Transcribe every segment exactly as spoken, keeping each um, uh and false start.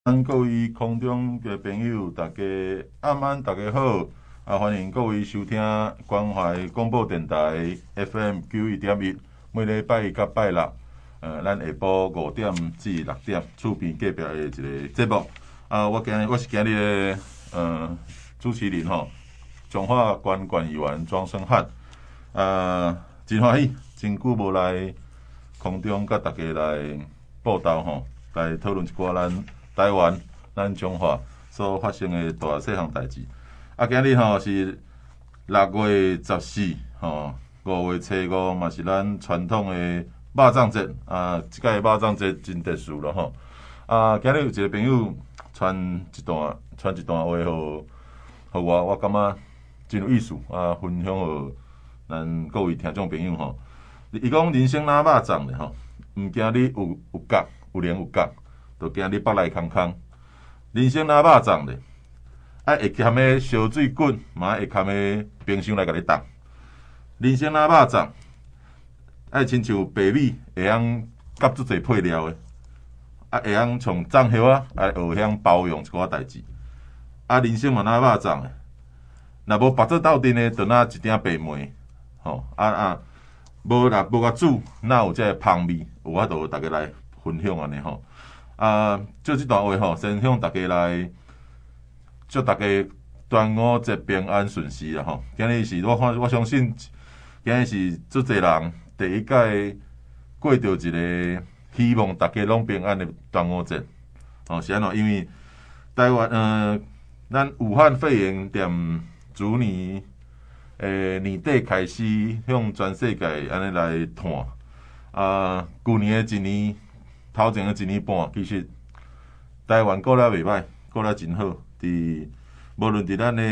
咱各位空中嘅朋友，大家晚安，大家好！啊，欢迎各位收听关怀广播电台 F M 九一点一，每礼拜一甲拜六，呃，咱下晡五点至六点，厝边隔壁的一个节目。啊，我今我是今日的呃主持人吼，中华关管议员庄生汉。啊，真欢喜，真久无来空中甲大家来报道吼，来讨论一寡咱。台湾、咱中华所发生的大细项代志。啊，今日吼是六月十四，吼五月初五嘛是咱传统的肉粽节。啊，即届肉粽节真特殊咯吼。啊，今日有一个朋友传一段传一段话互互我，我感觉真有意思啊，分享互咱各位听众朋友吼。伊讲人生若肉粽咧吼，毋惊你有有角，有零有角。就惊你腹内空空，人生若肉粽咧，爱会欠的烧水滚，嘛会欠的冰箱来甲你冻。人生若肉粽，爱亲像白米会晓夹足侪配料的，啊会晓从粽叶啊，来学晓包容一寡代志。啊，人生嘛若肉粽的，若无白做斗阵的，就若一鼎白糜，吼啊啊，无若无甲煮，哪有这芳味？有法度大家来分享安尼吼。啊，就这段话吼，先向大家来祝大家端午节平安顺遂啦吼。今日是我看，我相信今日是足侪人第一届过着一个希望大家拢平安的端午节。哦，是安怎？因为台湾呃，咱武汉肺炎踮去年诶年底开始向全世界安尼来传。啊，去年的一年。头前的一年半，其实台湾过了袂歹，过了真好。伫无论伫咱的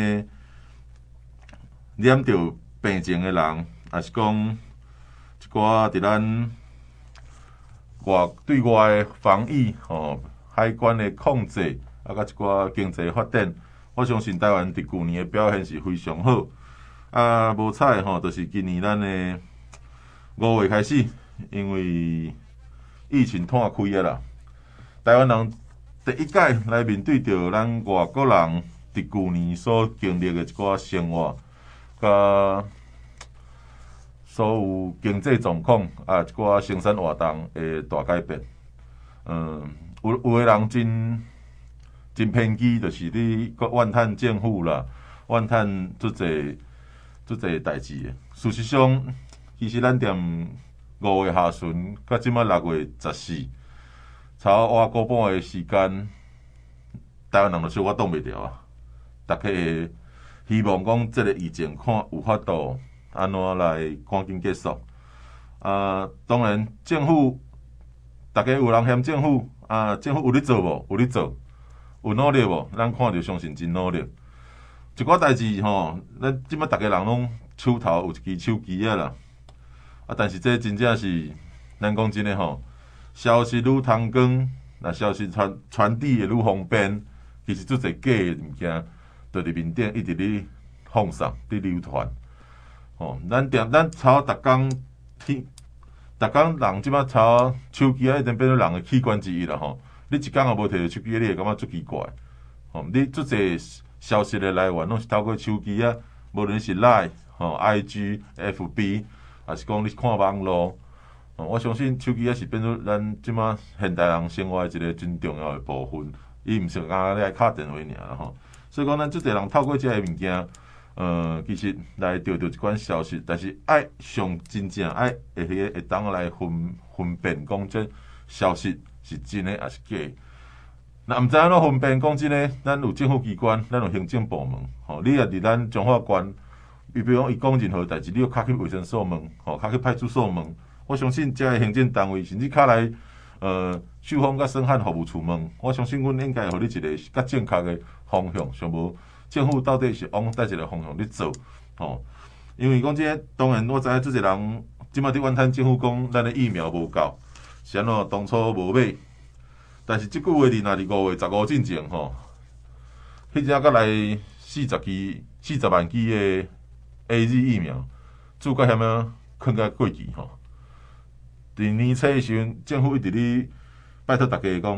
染着病情的人，还是讲一寡伫咱外对外的防疫、吼海关的控制，啊，甲一寡经济发展，我相信台湾伫去年的表现是非常好。啊，无彩吼，就是今年咱的五月开始，因为疫情摊开啊啦，台湾人第一届来面对着咱外国人伫去年所经历的一寡生活，甲所有经济状况啊，一寡生产活动的大改变。嗯，有有的人真真偏激，就是你怨叹政府啦，怨叹足侪足侪代志的。事实上，其实咱踮五月下旬，到即摆六月十四，差我个半的时间，台湾人就小可挡袂牢啊！大家会希望讲即个疫情看有法度安怎来赶紧结束。啊，当然政府，大家有人嫌政府啊，政府有咧做无？有咧做，有努力无？咱看着相信真努力。一寡代志吼，咱即摆大家人拢手头有一支手机啊啦。啊，但是这真正是，咱讲真诶吼，消息愈通光，那消息传传递诶愈方便，其实足侪假诶物件，就伫面顶一直咧放送、咧流传。吼，咱定咱操逐工天，逐工人即摆操手机啊，已经变做人诶器官之一啦吼。你一工也无摕着手机，你会感觉足奇怪。吼，你足侪消息诶来源拢是透过手机啊，无论是 Line、吼 I G、F B。还是讲你看网络，我相信手机也是变做咱即马现代人生活的一个真重要的部分。伊毋是讲你来敲电话尔吼，所以讲咱即个人透过即个物件，呃，其实来得到一款消息，但是爱上真正爱会迄会当来分分辨讲这消息是真诶还是假。那毋知安怎分辨讲真诶，咱有政府机关，咱有行政部门，吼，你也伫咱中华关。伊比如讲，伊讲任何代志，你要敲去卫生所问，吼，敲去派出所问。我相信这个行政单位，甚至敲来，呃，秀芳甲省汉服务处问，我相信阮应该互你一个较正确的方向。上无政府到底是往倒一个方向咧做，吼？因为讲这个，当然我知影，即个人即摆伫怨叹政府讲咱的疫苗无够，是安怎当初无买。但是即句话伫若伫五月十五之前，吼，迄只甲来四十支、四十万支的。A Z 疫苗，注甲嫌啊，囥甲过期吼。伫年初的时阵，政府一直咧拜托大家讲，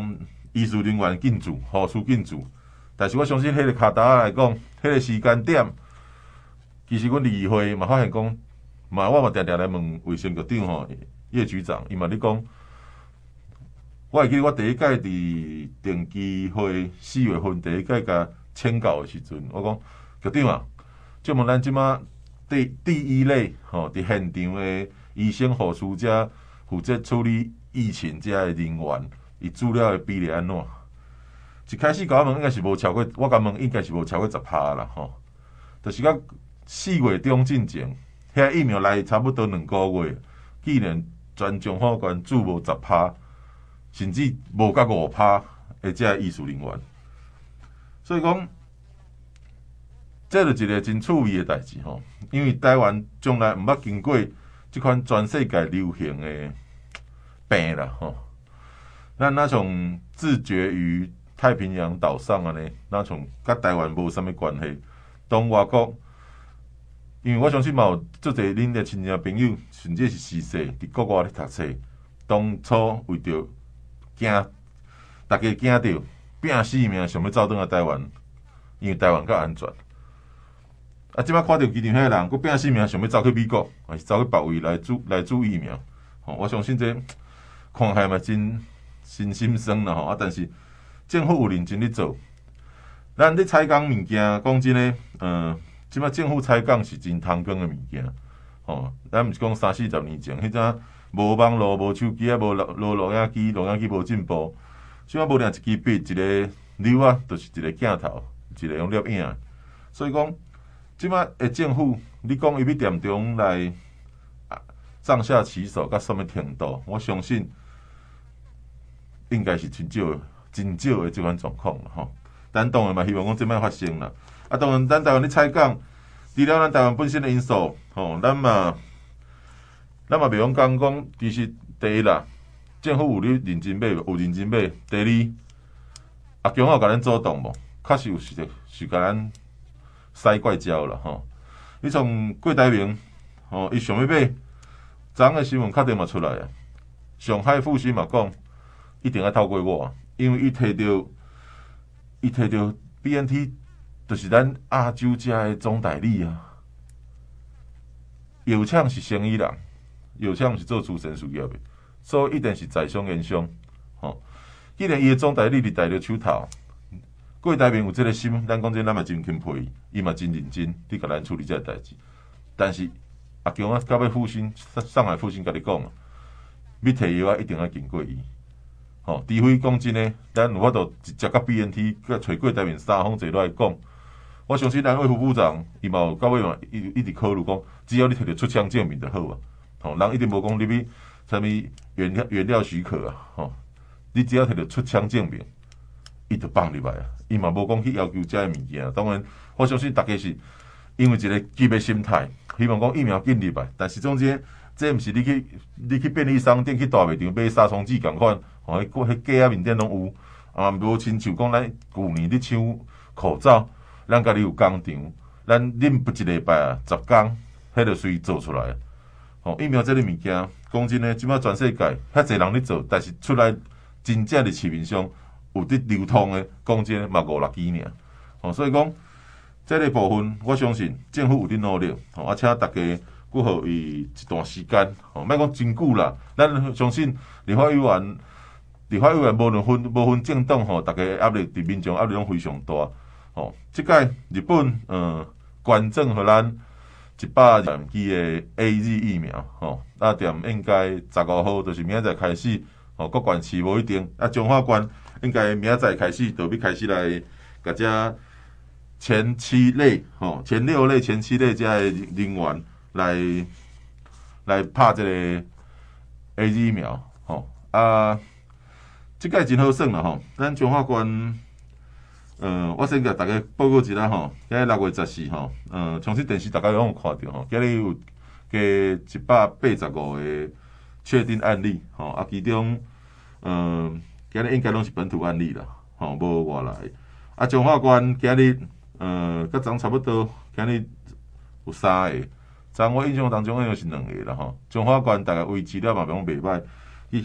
医术人员进驻，护士进驻。但是我相信，迄个卡达来讲，迄个时间点，其实阮议会嘛发现讲，嘛我嘛定定来问卫生局长吼叶局长，伊嘛咧讲，我会记得我第一届伫定期会四月份第一届甲签到的时阵，我讲局长啊，即问咱即马第第一类吼伫现场的医生、护士遮负责处理疫情遮的人员，伊资料的比例安怎？一开始甲我问应该是无超过，我甲问应该是无超过十趴啦吼。就是到四月中进前，遐疫苗来差不多两个月，竟然全中华关注无十趴，甚至无甲五趴的遮医术人员。所以讲，这是一个真趣味的代志吼。因为台湾从来毋捌经过即款全世界流行的病啦吼。咱那种自绝于太平洋岛上安尼，那种甲台湾无啥物关系。当外国，因为我相信嘛有足侪恁的亲戚朋友，甚至是时势伫国外咧读册，当初为着惊，大家惊着拼死命想要走转来台湾，因为台湾较安全。啊，即摆看到机场遐人，佫拼死命想要走去美国，还是走去别位来注来注疫苗。吼，我相信这看下嘛真真心酸啦吼。啊，但是政府有认真咧做。咱咧采购物件，讲真诶，嗯，即摆政府采购是真通光诶物件，吼，咱毋是讲三四十年前，迄阵无网络、无手机啊，无录录录影机，录影机无进步，即摆无定一支笔，一个钮啊，就是一个镜头，一个用摄影，所以讲，即摆诶政府，你讲伊要踮中来上下其手，甲什么程度？我相信应该是真少、真少诶即款状况啦，吼。咱当然嘛，希望讲即摆发生啦。啊，当然，咱台湾咧采购，除了咱台湾本身的因素，吼，咱嘛，咱嘛袂用讲讲，其实第一啦，政府有咧认真买，有认真买。第二，啊，中央甲咱主动无，确实有是是甲咱使怪招啦，吼。你从郭台铭，吼，伊想要买，昨昏的新闻确定嘛出来啊。上海复兴嘛讲，一定要透过我，因为伊摕到。伊摕到 B N T， 就是咱亚洲遮的总代理啊。药厂是生意人，药厂是做慈善事业的，所以一定是在商言商。吼，既然伊的总代理伫戴着手头，郭台铭有这个心，咱讲真，咱嘛真钦佩伊，伊嘛真认真伫甲咱处理这个代志。但是阿强啊，到尾复兴上海复兴甲你讲啊，要摕药啊，一定要经过伊。吼，除非讲真诶，咱有法度直接甲 B N T 甲找过台面三方坐落来讲，我相信咱卫福部长伊嘛有到尾嘛一一直考虑讲，只要你摕着出枪证明就好啊。吼，人一定无讲你要啥物原料原料许可啊。吼，你只要摕着出枪证明，伊就放入来啊。伊嘛无讲去要求遮个物件。当然，我相信大家是因为一个急诶心态，希望讲疫苗紧入来。但是总之，这毋是你去你去便利商店去大卖场买杀虫剂共款。吼，迄个迄架啊面顶拢有，啊，无亲像讲咱旧年咧抢口罩，咱家己有工厂，咱恁不一礼拜啊，十工，迄就随做出来。吼，疫苗这个物件，讲真诶，即摆全世界遐侪人咧做，但是出来真正伫市面上有伫流通诶，讲真嘛五六支尔。吼，所以讲这个部分，我相信政府有伫努力，吼，而且大家搁互伊一段时间，吼，莫讲真久啦，咱相信立法委员。立法委员无论分无分政党吼，大家压力伫民众压力拢非常大。吼，即届日本呃捐赠互咱一百万剂的 A Z 疫苗，吼，啊店应该十五号就是明仔载开始，吼，各县市无一定，啊中华县应该明仔载开始就要开始来甲遮前七类，吼前六类、前七类遮的人员来来拍这个 A Z 疫苗，吼啊。即届真好耍啦吼，咱中华县，呃，我先甲大家报告一下吼，今日六月十四号，呃，重新电视大家拢有看到吼，今日有加一百八十五个确定案例，吼啊，其中，呃，今日应该拢是本土案例啦，吼，无外来。啊，中华县今日，呃，甲昨差不多，今日有三个，昨我印象当中应该是两个啦吼。中华县大概维持了嘛，讲袂歹，其实。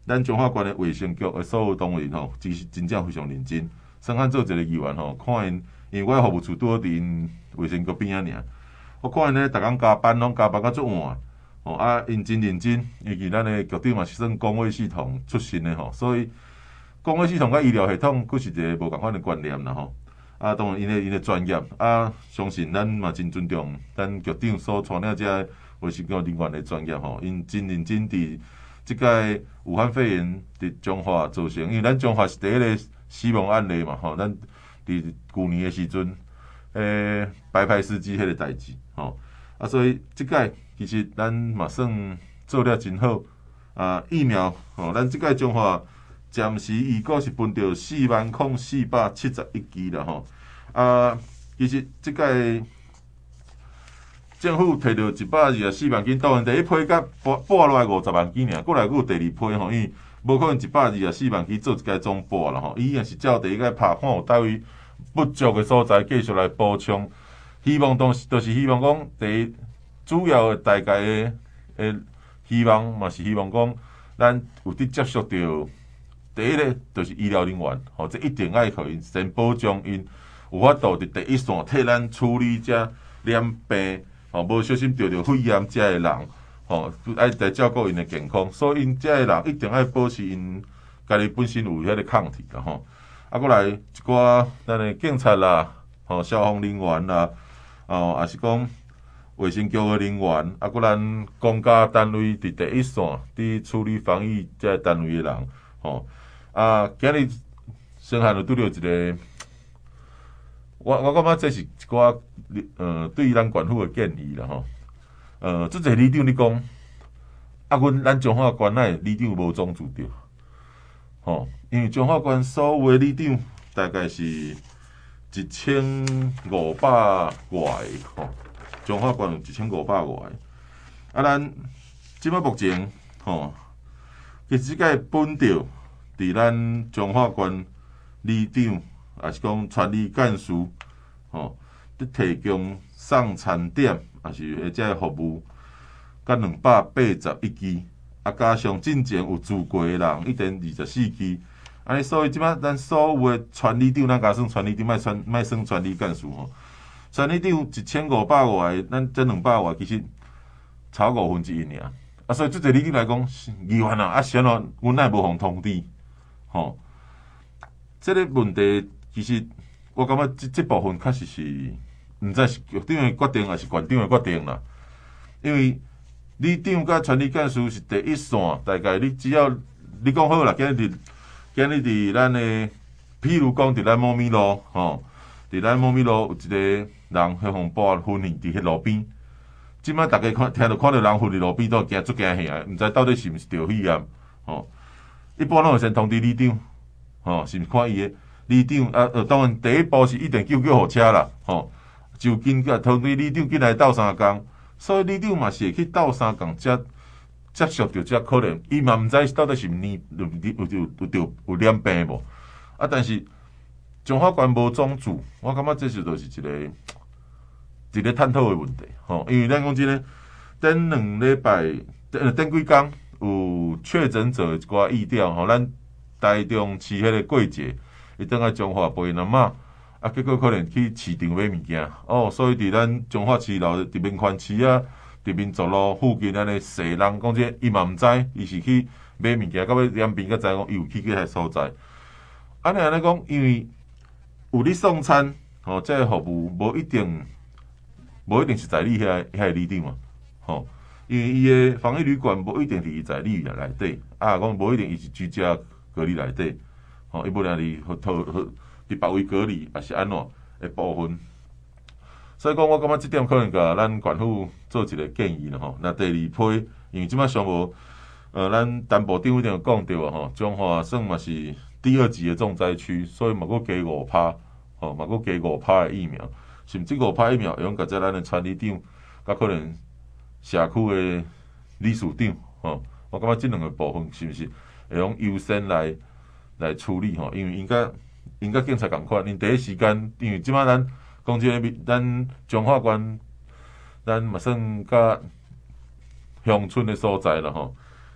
咱彰化县的卫生局的所有同仁吼，其实真正非常认真。算看做一个议员吼，看因，因为我服务处拄伫因卫生局边仔尔，我看因咧，逐工加班拢加班到足晚，吼啊，因真认真，尤其咱的局长嘛是算公卫系统出身的吼，所以公卫系统甲医疗系统，佫是一个无共款的观念啦吼。啊，当然因的因的专业啊，相信咱嘛真尊重咱局长所带领遮卫生局人员的专业吼，因真认真伫即届武汉肺炎伫彰化造成，因为咱彰化是第一个死亡案例嘛吼，咱伫旧年的时阵，诶、白牌司机迄个代志吼，啊，所以即届其实咱嘛算做了真好啊，疫苗吼，咱即届彰化。暂时预估是分到四万空四百七十一支啦吼，啊，其实即届政府摕到一百二十四万支，当然第一批甲拨拨落来五十万支尔，过来有第二批吼，因为无可能一百二十四万支做一届总拨啦吼，伊已经是照第一届拍看有倒位不足的所在，继续来补充。希望当时就是希望讲第一主要的大概的诶希望嘛是希望讲咱有伫接触到。第一咧，就是医疗人员，吼，这一定爱互因先保障因有法度伫第一线替咱处理遮染病，吼，无小心得着肺炎遮个人，吼，爱来照顾因的健康，所以因遮个人一定爱保持因家己本身有迄个抗体啦，吼。啊，过来一寡咱的警察啦，吼，消防人员啦，哦，也是讲卫生局的人员，啊，过咱公家单位伫第一线伫处理防疫遮单位的人，吼。啊，今日生汉就拄着一个，我我感觉这是一寡呃对于咱县府的建议啦吼。呃，即个里长你讲，啊，阮咱彰化县内里长无总住着，吼，因为彰化县所有的里长大概是一千五百外吼，彰化县有一千五百外，啊，咱即摆目前吼，其实个本着。伫咱彰化县里长，也是讲传理干事，吼，伫提供送餐点，也是或者服务，甲两百八十一支，啊，加上进前有住过的人，一点二十四支，安尼，所以即摆咱所有的传理长，咱加算传理长，莫算莫算传理干事吼。传理长一千五百外，咱这两百外其实超五分之一尔，啊，所以即个里长来讲，疑问啊，啊，是安怎，阮奈无互通知。吼，这个问题其实我感觉这这部分确实是，毋知是局长的决定还是县长的决定啦。因为里长甲传理干事是第一线，大概你只要你讲好啦，今日今日伫咱的，譬如讲伫咱猫咪路，吼，伫咱猫咪路有一个人去互报昏去伫迄路边，即摆大家看听到看到人昏伫路边都惊足惊吓，毋知到底是毋是着肺炎，吼。一般拢会先通知里长，吼，是毋是看伊诶里长啊？呃，当然第一步是一定叫救护车啦，吼，就紧个通知里长进来斗三工，所以里长嘛是会去斗三工，才接触到遮可能，伊嘛毋知到底是毋是有有有有有有染病无？啊，但是彰化县无总住，我感觉这是就是一个一个探讨诶问题，吼，因为咱讲真诶，顶两礼拜，顶顶几工。有确诊者一寡疫调吼，咱台中市迄个过节，伊等下彰化陪阿嬷，啊，结果可能去市场买物件，哦，所以伫咱彰化市楼伫民权市啊，伫民族路附近安尼踅人，讲这伊嘛毋知，伊是去买物件，到尾染病，才知讲伊有去迄个所在。安尼安尼讲，因为有咧送餐，吼、哦，这个服务无一定，无一定是在你遐遐里长嘛，吼、哦。因为伊诶防疫旅馆无一定伫伊在你内底，啊，讲无一定伊是居家隔离内底，吼，伊无定伫互透伫别位隔离，也是安怎诶部分。所以讲，我感觉即点可能甲咱县府做一个建议啦吼。那第二批，因为即摆上无，呃，咱陈部长一定有讲到啊吼，彰化算嘛是第二级诶重灾区，所以嘛佫加五趴，吼，嘛佫加五趴诶疫苗，甚至五趴疫苗会用甲遮咱诶传理长，甲可能。社区的理事长，吼，我感觉即两个部分是毋是会用优先来来处理吼？因为应该应该警察共款，因第一时间，因为即摆咱讲真个，咱彰化县，咱嘛算甲乡村的所在啦吼，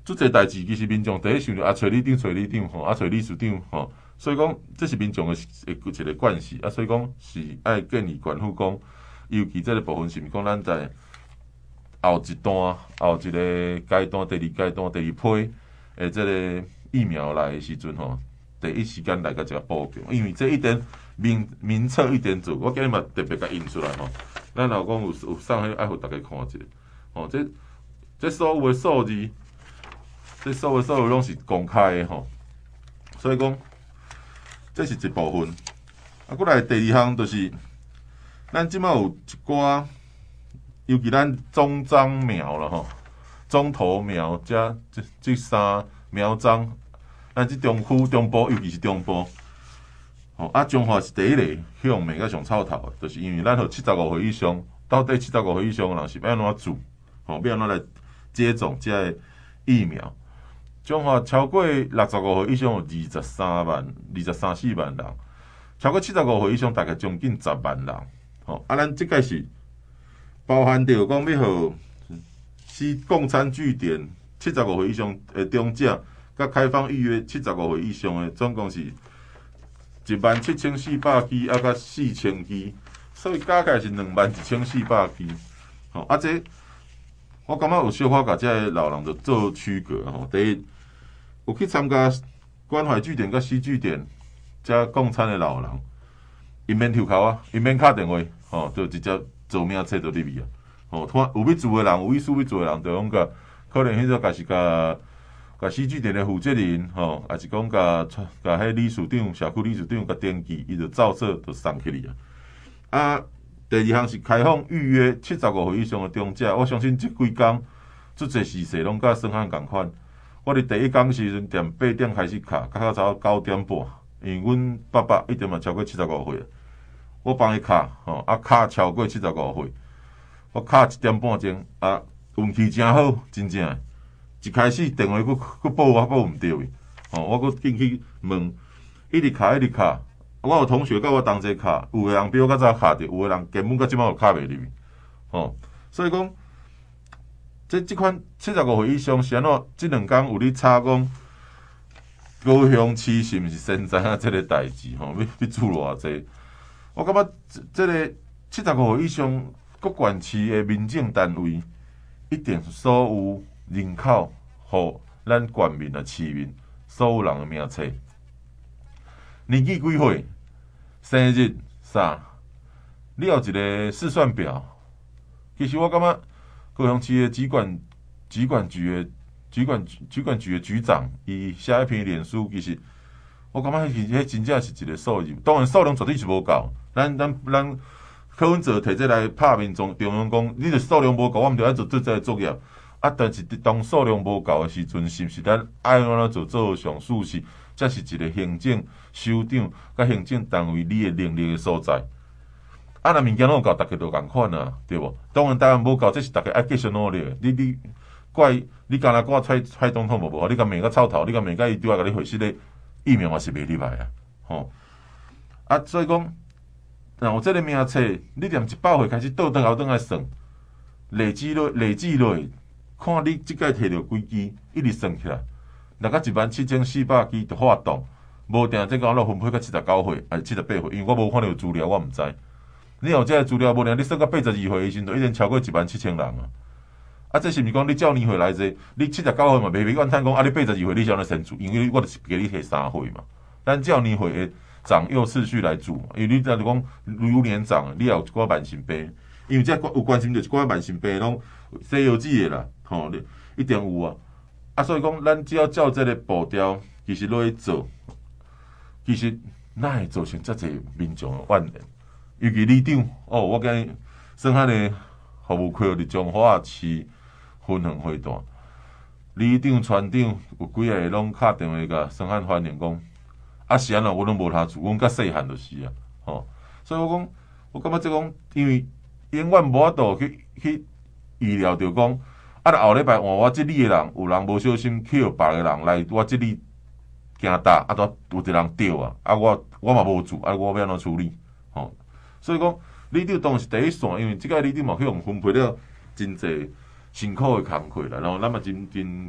做这代志其实民众第一想着啊，找里长找里长吼，啊找理事长吼，所以讲这是民众的一个惯势啊，所以讲是爱建议县府讲，尤其这个部分是毋讲咱在后一段、后一个阶段、第二阶段、第二批诶，这个疫苗来的时阵吼，第一时间来个一个补强，因为这一点民民策一点做，我今日嘛特别甲印出来吼，咱若讲有有送去爱互大家看一下，吼，这这所有的数字。这所有所有拢是公开的吼，所以讲这是一部分。啊，过来第二项就是，咱即摆有一寡，尤其咱中章苗啦吼，中头苗加这这三苗章，咱即中区中部，尤其是中部，吼啊，中华是第一个向面甲上臭头的，就是因为咱有七十五岁以上，到底七十五岁以上的人是要安怎做，吼，要安怎来接种这个疫苗。中华超过六十五岁以上有二十三万、二十三四万人，超过七十五岁以上大概将近十万人。吼，啊，咱即个是包含着讲要互是共产据点七十五岁以上的长者，甲开放预约七十五岁以上的，总共是一万七千四百支，啊，甲四千支，所以加起来是两万一千四百支。吼，啊，这我感觉有小可甲这个老人就做区隔吼，第一。有去参加关怀据点、甲西据点，遮共产的老人，因免抽口啊，因免打电话，吼，就直接做名册就入去啊。吼，看有要住的人，有意思要住的人，就讲甲可能迄个家是甲甲西据点的负责人，吼，也是讲甲甲迄理事长、社区理事长甲登记，伊就照册就送起去啊。啊，第二项是开放预约七十五岁以上的长者，我相信即几工足侪事势拢甲省汉共款。我伫第一工时阵，踮八点开始卡，卡到差九点半。因为阮爸爸一定嘛超过七十五岁，我帮伊卡，吼，啊卡超过七十五岁，我卡一点半钟，啊运气真好，真正。一开始电话佫佫报我报毋对去，吼，我佫进去问，一直卡一直卡。我有同学甲我同齐卡，有个人比我较早卡着，有个人根本到即摆有卡袂入去，吼，所以讲。即即款七十五岁以上是安怎？即两工有咧查讲高雄市是毋是先知影即个代志吼？要要做偌济？我感觉即个七十五岁以上各县市的民政单位，一定所有人口，互咱县民啊、市民所有人的名册，年纪几岁、生日啥，你有一个试算表。其实我感觉。高雄市的疾管疾管局的疾管疾管局的局长，伊写一篇脸书，其实我感觉迄迄真正是一个数字。当然数量绝对是无够，咱咱咱柯文哲摕这来拍民众中央讲，你著数量无够，我毋着爱做做这个作业。啊，但是当数量无够的时阵，是毋是咱爱安怎做做上事实？这是一个行政首长甲行政单位你的能力的所在。啊，若物件拢有够，大家都共款啊，对无？当然，台湾无够，这是大家爱继续努力的。你你怪你干那我蔡蔡总统无无？你甲骂个臭头，你甲骂个伊对我甲你回失咧疫苗嘛是袂入来啊，吼！啊，所以讲，然后这个名册，你连一百岁开始倒转后转来算，累积落累积落，看你即届摕到几支，一直算起来，大概一万七千四百支就发动，无定这个我分配到七十九岁，还是七十八岁，因为我无看到资料，我毋知。你有这个资料无？然你算到八十二岁的时阵，已经超过一万七千人啊！啊，这是毋是讲你照年岁来坐？你七十九岁嘛，袂袂怨叹讲啊！你八十二岁你才能先做，因为我就是给你摕三岁嘛。咱照年岁的长幼次序来做嘛。因为你若是讲如年长，你也有一寡慢性病，因为这有关心着一寡慢性病，拢西药剂的啦，吼，一定有啊。啊，所以讲咱只要照这个步调，其实落去做，其实哪会造成遮济民众的怨言？尤其里长哦，我今日算下呢，服务区伫彰化市分园会段，里长、村长有几个拢敲电话甲算汉反映讲，啊是安怎，我拢无他做，阮较细汉就是啊，吼，所以我讲，我感觉即讲，因为永远无法度去去预料着讲，啊，后礼拜换我即里的人，有人无小心去互别个人来我即里惊打，啊，都有一个人着啊，啊我我嘛无做，啊我要安怎处理，吼。所以讲，里长当然是第一线，因为即个里长嘛去互分配了真侪辛苦的工课啦，然后咱嘛真真真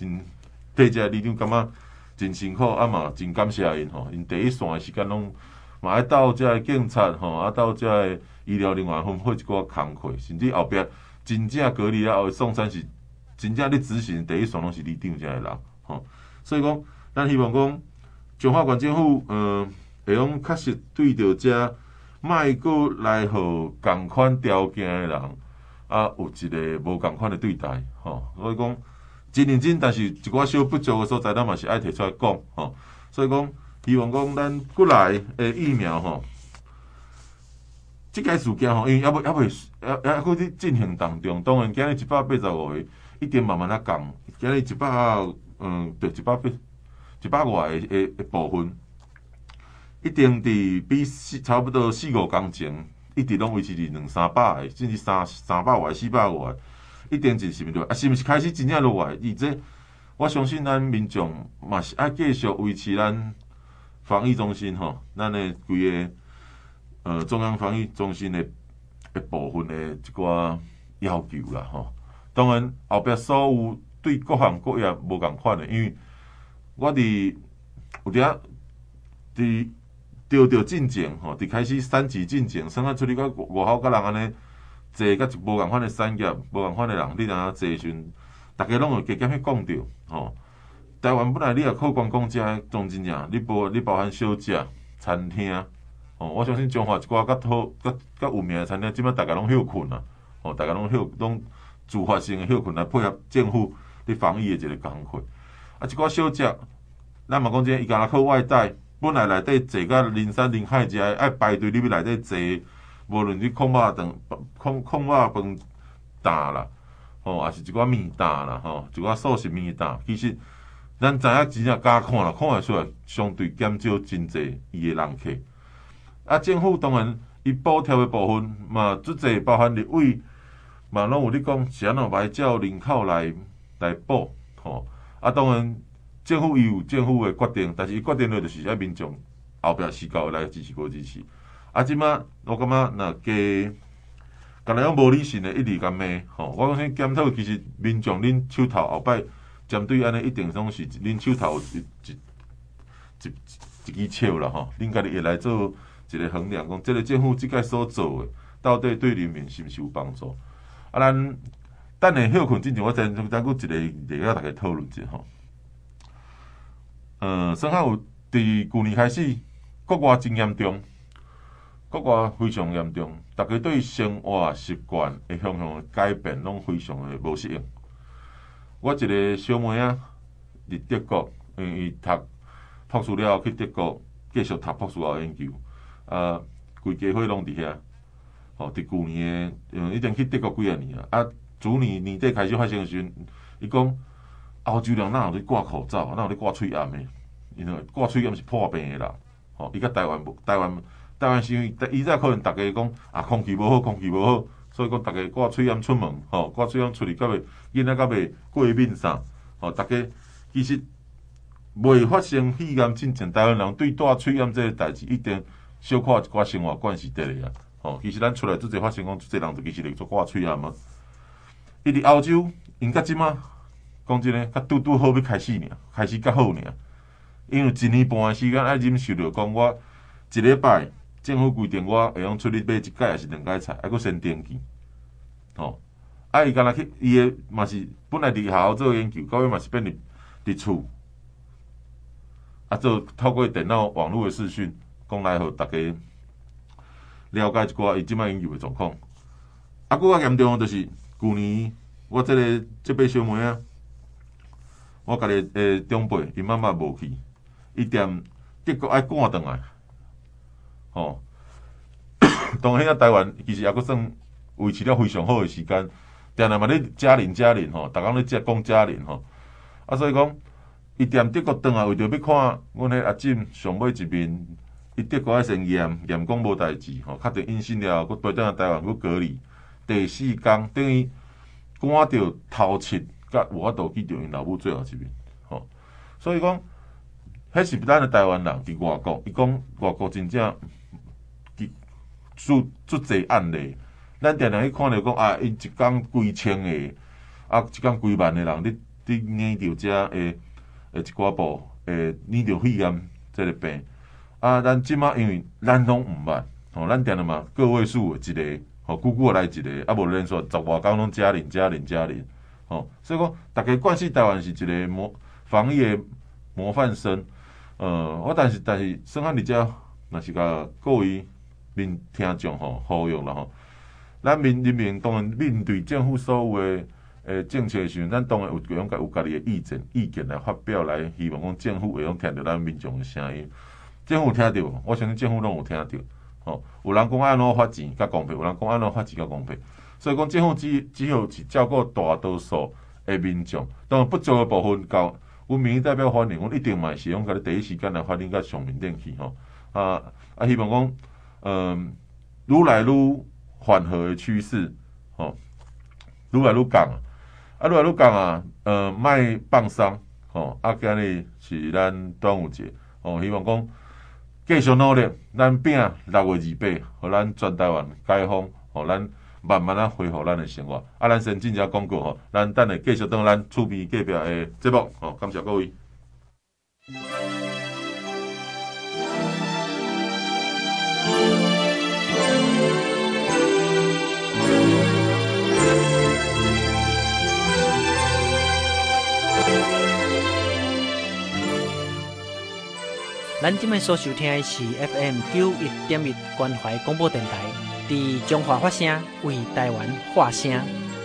真对这里长感觉真辛苦，啊嘛真感谢因吼，因第一线的时间拢嘛爱斗遮警察吼，啊斗遮医疗人员分配一寡工课，甚至后壁真正隔离了后，宋山是真正咧执行第一线拢是里长遮个人吼，所以讲咱希望讲中华县政府嗯会用确实对着遮莫阁来互共款条件的人啊有一个无共款的对待吼，所以讲真认真，但是一寡小不足的所在，咱嘛是爱提出来讲吼，所以讲希望讲咱过来的疫苗吼。即个事件吼，因为还未还未还还搁伫进行当中。当然，今日一百八十五个，一定慢慢啊降。今日一百嗯，对，一百八一百外的的的部分，一定伫比四差不多四五工前，一直拢维持伫两三百个，甚至三三百外、四百外，一定就是落啊，是毋是开始真正落来？而且我相信咱民众嘛是爱继续维持咱防疫中心吼，咱的规个。呃，中央防疫中心的的部分的一寡要求啦，吼。当然后壁所有对各行各业无共款的，因为我伫有伫伫调着进前吼，伫开始三级进前，算啊出去到外口甲人安尼坐甲无共款的产业、无共款的人，你若坐时阵，大家拢会加减去讲着吼。台湾本来你也靠观光遮，总真正你包你包含小食、餐厅。哦，我相信中华一寡较好、较较有名的餐厅，即摆大家拢休困啦。哦，大家拢休拢自发性的休困来配合政府咧防疫的一个工课。啊，一寡小食，咱嘛讲这伊敢若靠外带，本来内底坐甲人山人海，遮爱排队入去内底坐，无论你控肉饭、控控肉饭担啦，吼、哦，也是一寡面担啦，吼、哦，一寡素食面担。其实咱知影真正加看啦，看会出来，相对减少真济伊的人客。啊，政府当然伊补贴的部分嘛，足济包含立委嘛，拢有咧讲是安怎来照人口来来补吼。啊，当然政府伊有政府的决定，但是伊决定了就是爱民众后壁时间来支持个支持。啊，即马我感觉若加甲来讲无理性的一直甲骂吼，我讲先检讨，其实民众恁手头后摆针对安尼一定拢是恁手头一一一一支笑啦吼，恁家己会来做。一个衡量，讲这个政府即届所做的，到底对人民是毋是有帮助？啊，咱等下休困之前，我再再搁一个例甲大家讨论者吼。呃，算好有伫去年开始，国外真严重，国外非常严重，大家对生活习惯的向向的改变，拢非常的无适应。我一个小妹啊，伫德国，因为伊读博士了后去德国继续读博士后研究。啊，规家伙拢伫遐，吼！伫旧年诶，嗯，已经去德國幾啊年啊。啊，主年年底開始發生誒時陣，伊講歐洲人哪有咧掛口罩，哪有咧掛喙暗誒？因為掛喙暗是破病誒啦。吼！伊甲台灣無，台灣台灣是因為以前可能大家講啊，空氣無好，空氣無好，所以講大家掛喙暗出門，吼，掛喙暗出去，到尾囡仔到尾過敏啥，吼，大家其實未發生肺炎進前，台灣人對帶喙暗這個代誌一定。小可一寡生活慣是得咧啊，吼！其實咱出來做者發生講，做者人就其實會做掛喙暗啊。伊佇歐洲，因甲即馬講真誒，甲拄拄好要開始爾，開始較好爾。因為一年半誒時間愛忍受着講，我一禮拜政府規定我會用出去買一屆還是兩屆菜，還佫先登記，吼！啊，伊干若去，伊誒嘛是本來佇學校做研究，到尾嘛是變佇佇厝，啊做透過電腦網絡誒視訊。講來互大家了解一寡伊即擺研究的狀況。啊，佫較嚴重就是去年我即、這個即擺小妹啊，我家己誒長輩，伊媽媽無去，伊踮德國愛趕轉來，吼、哦。當然啊，台灣其實也佫算維持了非常好的時間，定定嘛咧家人家人吼，逐工咧講家人吼。啊，所以講伊踮德國轉來，為着要看阮迄阿嬸上尾一面。伊德國愛先驗驗講無代志，吼，確定陰性了後，佫飛轉來台灣佫隔離第四天，等於趕着頭七，甲有法度去着因老母最後一面，吼。所以講，迄是咱誒台灣人佇外國，伊講外國真正足足濟案例，咱定定去看着講啊，因一工幾千個，啊一工幾萬個人咧伫染着遮诶诶一寡部诶染着肺炎即个病。啊，咱即马因为咱拢毋捌，吼，咱定定嘛个位数一个，吼，久久来一个，啊无连续十外工拢加零加零加零，吼，所以讲大家惯势台湾是一个模防疫的模范生。呃，我但是但是算啊，伫遮若是甲各位民听众吼呼吁啦吼，咱民人民当然面对政府所有的诶政策的时阵，咱当然有用有家己的意见意见来发表，来希望讲政府会用听到咱民众的声音。政府有听到，我相信政府拢有听到。吼、哦，有人讲安怎发钱较公平，有人讲安怎发钱较公平。所以讲政府只只有是照顾大多数的民众，当然不足的部分，交阮民意代表反映，阮一定嘛是用甲你第一时间来反映到上面顶去吼。啊啊，希望讲，嗯，愈来愈缓和的趋势，吼、哦，愈来愈降啊，啊，愈来愈降啊，呃，卖放松，吼、哦，啊，今日是咱端午节，哦，希望讲。继续努力，咱拼六月二八，互咱全台湾解封，互咱慢慢啊恢复咱的生活。啊，咱先进只广告吼，咱等下继续当咱厝边隔壁的节目，吼，感谢各位。 咱今麦所收听的是 F M 九一点一关怀广播电台，伫中华发声，为台湾发声。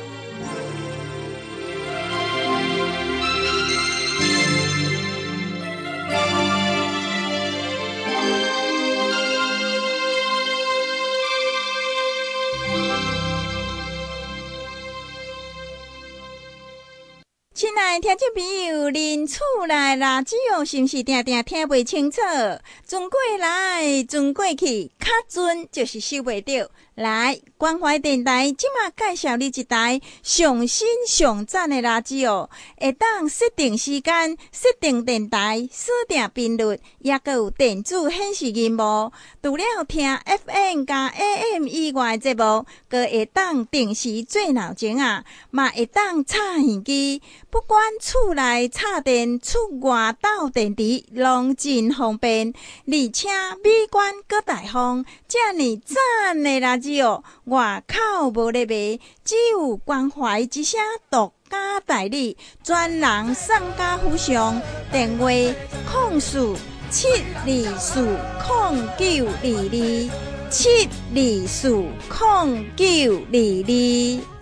亲爱的听众朋友，恁厝内垃圾哦，是毋是定定听袂清楚？转过来，转过去，较准就是收袂到。来，关怀电台即马介绍你一台上新上赞的垃圾哦，会当设定时间、设定电台、锁定频率，也阁有电子显示荧幕。除了听 F M 加 A M 以外的节目，阁会当定时做闹钟啊，嘛会当插耳机。不管厝内插电、厝外斗电池，拢真方便，而且美观阁大方，遮尔赞的垃圾哦，外口无咧卖，只有关怀之声独家代理，专人送家扶上，电话零四七二四零九二二七二四零九二二。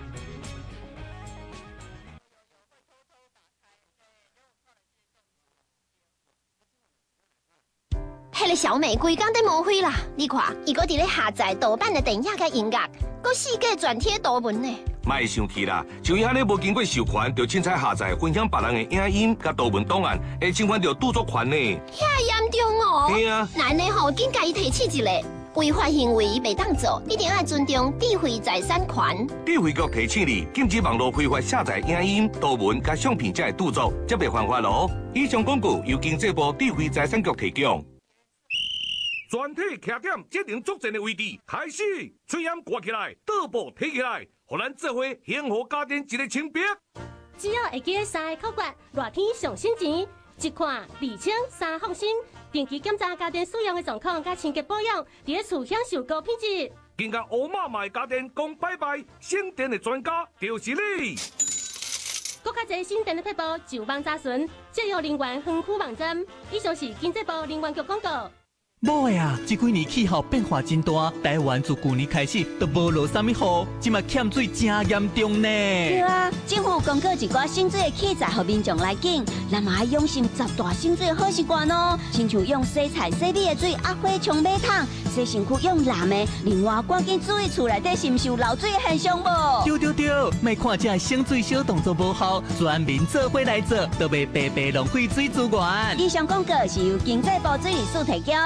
迄个小美规工在抹灰啦！你看，伊搁伫咧下载盗版的电影甲音乐，搁四界转贴图文呢。 莫生气啦，像伊安尼无经过授权，就凊彩下载分享别人的影音甲图文档案，会侵犯到著作权呢。 遐严重哦！ 对啊， 咱呢吼，紧甲伊提起一个违法行为袂当做，一定要尊重智慧财产权。 智慧局提醒你，禁止网络非法下载影音、图文甲相片才会著作，则袂犯法咯。以上广告由经济部智慧财产局提供。全体徛点决定作战的位置，开始，嘴烟挂起来，倒步提起来，互咱做伙幸福家庭一个清白。 只要会记三个口诀，热天上省钱，一看二清三放心。定期检查家电使用的状况，甲清洁保养，伫咧厝享受高品质。 更加乌妈妈家电讲拜拜，省电的专家就是你。 更较侪省电的撇步，就网查询，节约能源分区网站。以上是经济部能源局广告。 某的啊，这几年气候变化真大，台湾自去年开始都无落啥物雨，即嘛欠水真严重呢。 对啊，政府公告一寡省水的器材，互民众来用，咱嘛要用心十大省水的好习惯哦。亲像用洗菜、洗米的水，压火冲马桶，洗身躯用蓝的。另外，赶紧注意厝内底是毋是有漏水的现象无？ 对对对，莫看这省水小动作无效，全民做伙来做，都袂白白浪费水资源。 以上广告是由经济部水利署提供。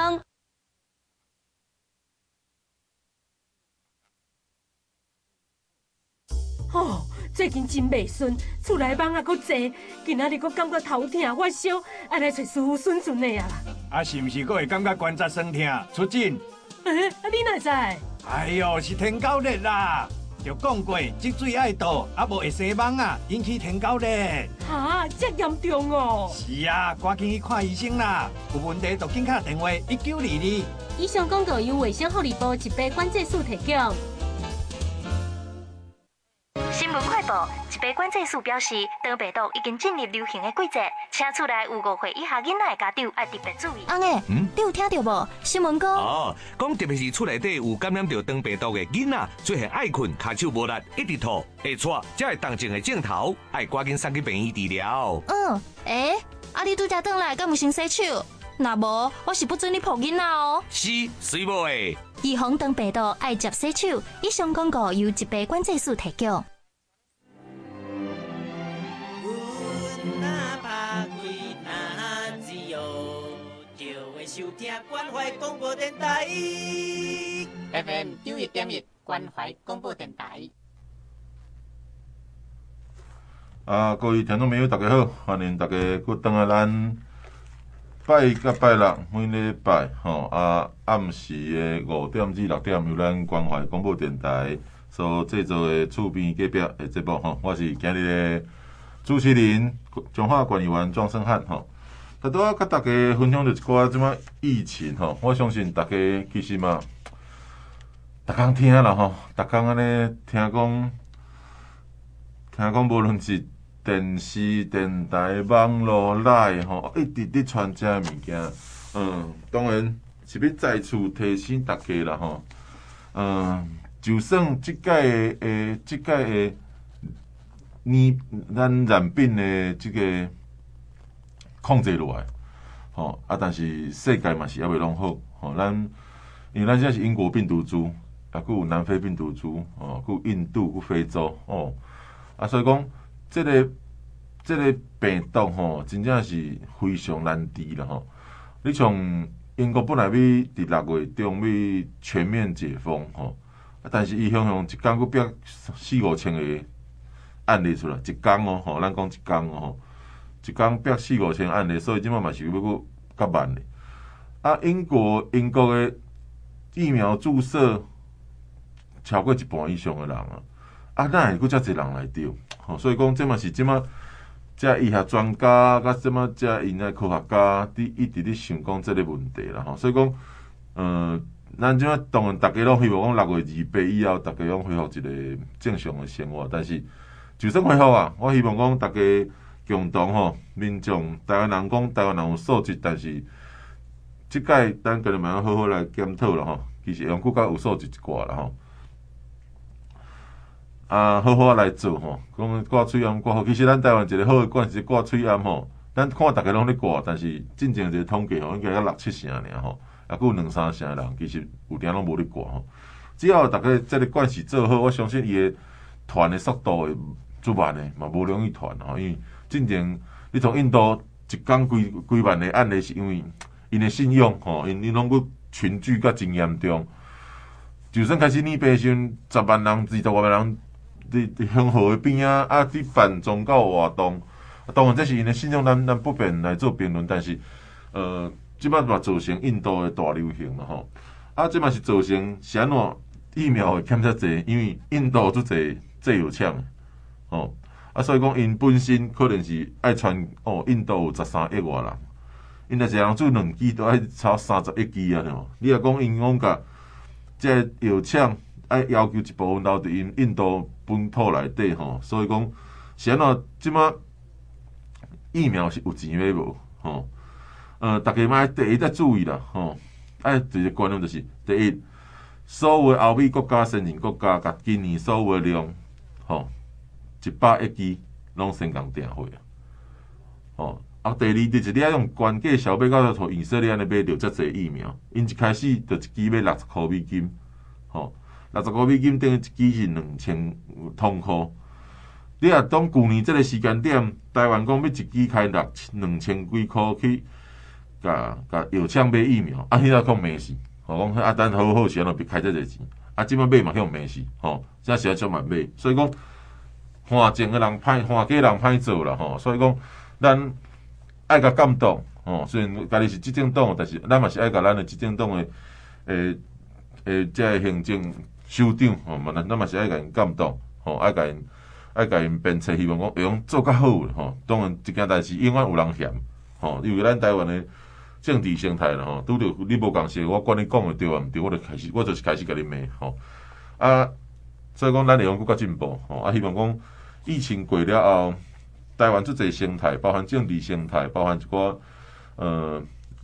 哦，最近真袂顺，厝内蚊仔佫济，今仔日佫感觉头痛发烧，爱来找师傅顺顺的啊啦。 啊，是毋是佫会感觉关节酸痛、出疹？ 诶、啊，你哪知？ 哎呦，是天狗热啦！ 就讲过，积水爱倒，啊无会西网啊，引起天高热。 哈，这严重哦！ 是啊，赶紧去看医生啦！有问题就紧打电话一九二二。 以上广告由卫生福利部疾病管制署提供。 新闻快报：疾病管制署表示，长病毒已经进入流行的季节，请厝内有五岁以下囡仔的家长要特别注意。 阿妹，嗯，你有听到无？新闻讲哦，讲特别是厝内底有感染到长病毒的囡仔，出现爱困、骹手无力、一直吐、会喘，才会动静的镜头，爱赶紧送去病院治疗。 嗯，诶、欸，啊，你拄才转来，敢有先洗手？若无，我是不准你抱囡仔哦。 是，水无诶。 预防长病毒，爱接洗手。以上广告由疾病管制署提供。 收听关怀广播电台 F M 九一点一关怀广播电台。 啊，各位听众朋友，大家好，欢迎大家搁登来咱拜甲拜六每礼拜吼啊暗时的五点至六点，由咱关怀广播电台所制作的厝边隔壁的节目吼，我是今日的主持人中华管理员庄胜汉吼。拄拄啊，甲大家分享着一寡即马疫情吼，我相信大家其实嘛，逐工听啦吼，逐工安尼听讲，听讲无论是电视、电台、网络来吼，一直伫传这物件。嗯，当然是要再次提醒大家啦吼。嗯，就算即届诶，即届诶，你咱染病诶即个。控制落来，吼啊！但是世界嘛是还未拢好，吼咱因为咱现在是英国病毒株，啊，佮有南非病毒株，哦，佮有印度、佮非洲，哦，啊，所以讲，这个这个病毒吼，真正是非常难治啦，吼。你像英国本来要伫六月中要全面解封，吼，啊，但是伊向向一工佮逼四五千个案例出来，一工哦，吼，咱讲一工哦。一工逼四五千案例，所以即摆嘛是要搁较慢咧。啊，英国英国的疫苗注射超过一半以上的人啊，啊，哪会搁遮侪人来着？吼，所以讲，即嘛是即摆遮医学专家，甲即摆遮因的科学家，伫一直伫想讲即个问题啦。吼，所以讲，呃，咱即摆当然大家拢希望讲六月二八以后，大家拢恢复一个正常的生活，但是就算恢复啊，我希望讲大家。共同吼，民众台湾人讲台湾人有素质，但是即届咱个人嘛要好好来检讨啦吼。其实用更加有素质一寡啦吼。啊，好好来做吼，讲挂喙炎挂好。其实咱台湾一个好嘅管是挂喙炎吼，咱看大家拢咧挂，但是真正一个统计吼，应该有六七成尔吼，啊，佫有两三成人其实有定拢无咧挂吼。只要大家即个管是做好，我相信伊嘅传嘅速度会足慢诶，嘛无容易传吼，因为。真正，你从印度一工几几万个案例，是因为因的信用吼，因因拢个群聚甲真严重。就算开始你培训十万人、二十万人伫伫恒河的边啊，啊伫办宗教活动，当然这是因的信用，咱咱不便来做评论。但是，呃，即摆嘛造成印度的大流行了吼。啊，即嘛是造成是安怎疫苗会欠遮济，因为印度做济最有抢吼。啊，所以讲，因本身可能是爱传哦，印度有十三亿外人，因若一人做两剂都爱超三十亿剂啊！吼，你若讲因讲甲即个药厂爱要求一部分留伫因印度本土内底吼，所以讲是安怎即马疫苗是有钱买无吼？呃，大家莫第一要注意啦吼，爱一个观念就是第一，所有的欧美国家、先进国家，甲今年所有的量吼。一百亿剂拢先共订货啊！哦，啊，第二就是你要用关价消费到互以色列安尼买着遮济疫苗，因一开始就一支要六十箍美金，吼、哦，六十箍美金等于一支是两千通箍。你若当旧年即个时间点，台湾讲要一支开六两千几箍去，甲甲药厂买疫苗，啊，迄个讲没事，吼、哦，讲啊，等好好时安怎别开遮济钱，啊，即摆买嘛去用没事，吼、哦，遮时啊少慢买，所以讲。花钱的人歹，花假人歹做啦吼，所以讲咱爱甲监督吼，虽然家己是执政党，但是咱嘛是爱甲咱的执政党的诶诶，即个行政首长吼，嘛咱咱嘛是爱甲因感动吼，爱甲因爱甲因鞭策，希望讲会用做较好吼。当然一件代志永远有人嫌吼，因为咱台湾的政治生态啦吼，拄着你无共识，我管你讲的对啊毋对，我就开始我就是开始甲你骂吼啊，所以讲咱会用更较进步吼啊，希望讲疫情过了后，台湾足侪生态，包含政治生态，包含一寡呃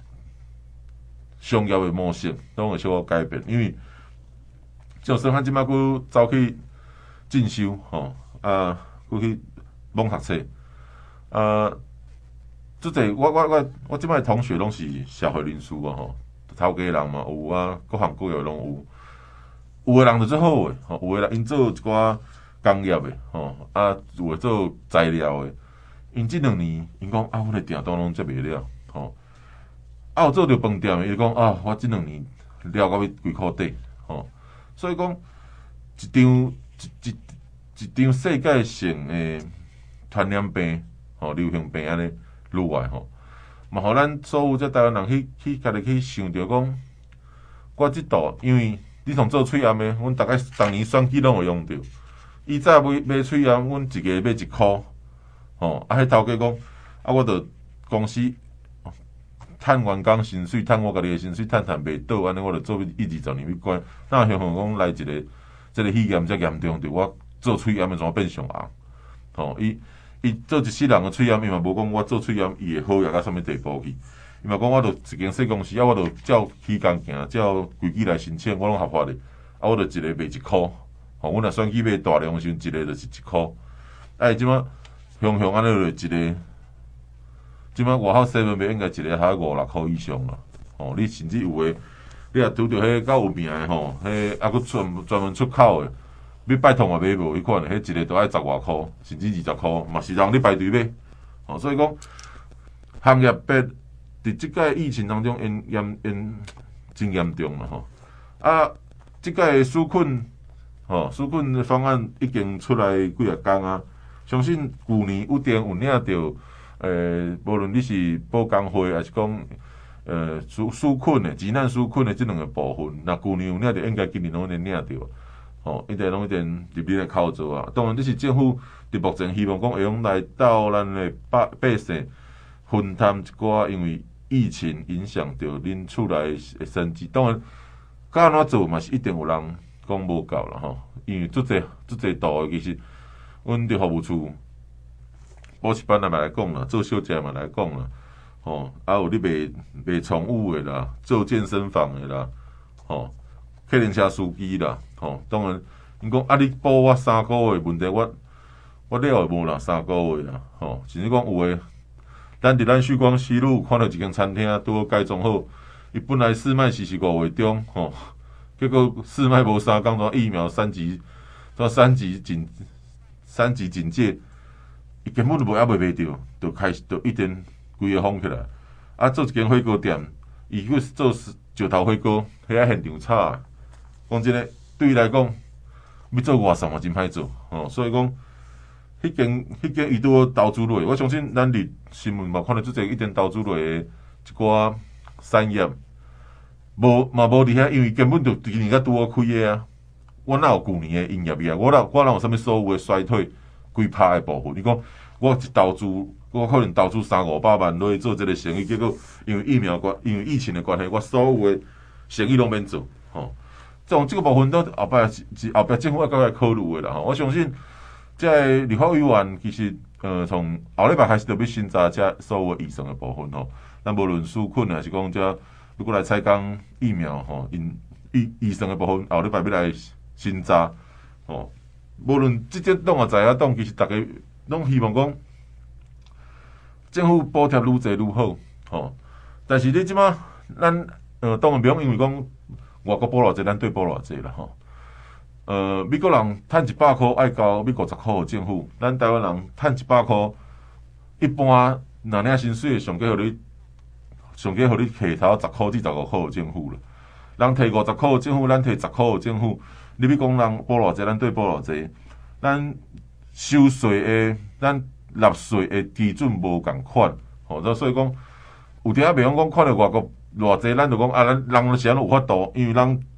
商业的模式，拢会小可改变。因为像孙汉即摆佫走去进修吼啊，佫去网读册啊。即个我我我我即摆同学拢是社会人士啊吼，头家人嘛有啊，各行各业拢有。有诶人就最好诶，吼，有诶人因做一寡工业诶，吼啊，有诶做材料诶。因即两年，因讲啊，阮诶订单拢接袂了，吼。啊，有做着饭店诶，伊讲啊，我即两年了到要几箍底，吼。所以讲一场一一一场世界性诶传染病，吼，流行病安尼。愈来吼，嘛，互咱所有这台湾人去去家己去想着讲，我即度因为你同做喙炎诶，阮逐个逐年选举拢会用着。以早买买喙炎，阮一个买一箍，吼，啊，迄头家讲，啊，我着公司趁员工薪水，趁我家己诶薪水，趁趁袂倒，安尼我着做一二十年去管。哪像像讲来一个，即个肺炎遮严重着，我做喙炎诶怎变上红？吼，伊。伊做一世人诶喙炎，伊嘛无讲我做喙炎伊会好药到啥物地步去。伊嘛讲我着一间细公司，啊，我着照期间行，照规矩来申请，我拢合法的。啊，我着一个卖一箍，吼，阮若选举买大量时阵，一个就是一箍。啊，即马雄雄安尼就一个，即马外口西门卖应该一个还五六箍以上啦。吼，你甚至有诶，你若拄着迄较有名诶吼，迄啊佫专专门出口诶。要拜托嘛买无，迄款诶，迄一个都爱十外箍，甚至二十箍，嘛是人咧排队买。吼、哦，所以讲行业别伫即届疫情当中严严严真严重啦吼。啊，即届纾困吼，纾困的方案已经出来几啊工啊，相信去年有定有领着，诶，无论你是保工会还是讲呃纾纾困的、急难纾困的即两个部分，那去年有领着，应该今年拢会领着。吼，一定拢一定入你来靠做啊！当然，这是政府伫目前希望讲会用来到咱的百百姓分担一寡，因为疫情影响到恁厝内的生计。当然，该安怎做嘛是一定有人讲无够啦吼，因为足侪足侪度其实，阮伫服务处补习班来嘛来讲啦，做小姐嘛来讲啦，吼，啊有你卖卖宠物的啦，做健身房的啦，吼。客人车司机啦，吼，当然，因讲啊，你补我三个月问题，我我了会无啦，三个月啦，吼，甚至讲有诶，咱伫咱旭光西路看到一间餐厅拄好改装好，伊本来试卖是是五月中，吼，结果试卖无三工，怎疫苗三级，怎三级警三级警戒，伊根本就无还袂卖着，就开始就一定规个封起来，啊，做一间火锅店，伊去做石头火锅，迄个现场炒。讲真个，对伊来讲，要做外送嘛真歹做，吼、哦，所以讲，迄间迄间伊拄好投资落，我相信咱伫新闻嘛看到即个一定投资落诶一寡产业，无嘛无伫遐，因为根本就今年才拄好开诶啊。我哪有去年诶营业额啊？我哪我哪有啥物所有诶衰退规拍诶部分？你讲我一投资，我可能投资三五百万落去做即个生意，结果因为疫苗关，因为疫情诶关系，我所有诶生意拢免做，吼、哦。种即个部分都后摆是是后摆政府要搁来考虑诶啦吼，我相信即个立法委员其实呃从后礼拜开始就要审查遮所有医生诶部分吼，咱无论纾困还是讲遮如果来采购疫苗吼，因医医生诶部分后礼拜要来审查吼，无论即种拢也知影，当其实逐个拢希望讲政府补贴愈侪愈好吼，但是你即马咱呃当然袂用因为讲。外国补偌济，咱对补偌济啦吼。呃，美国人趁一百箍爱交美国十箍互政府，咱台湾人趁一百箍，一般若领薪水上计互你，上计互你摕头十箍至十五箍互政府啦。人摕五十箍互政府，咱摕十箍互政府。你要讲人补偌济，咱对补偌济。咱收税诶，咱纳税诶基准无共款，吼，所以讲有阵仔袂用讲看到外国。偌济，咱就讲啊，咱人就是安有法度，因为人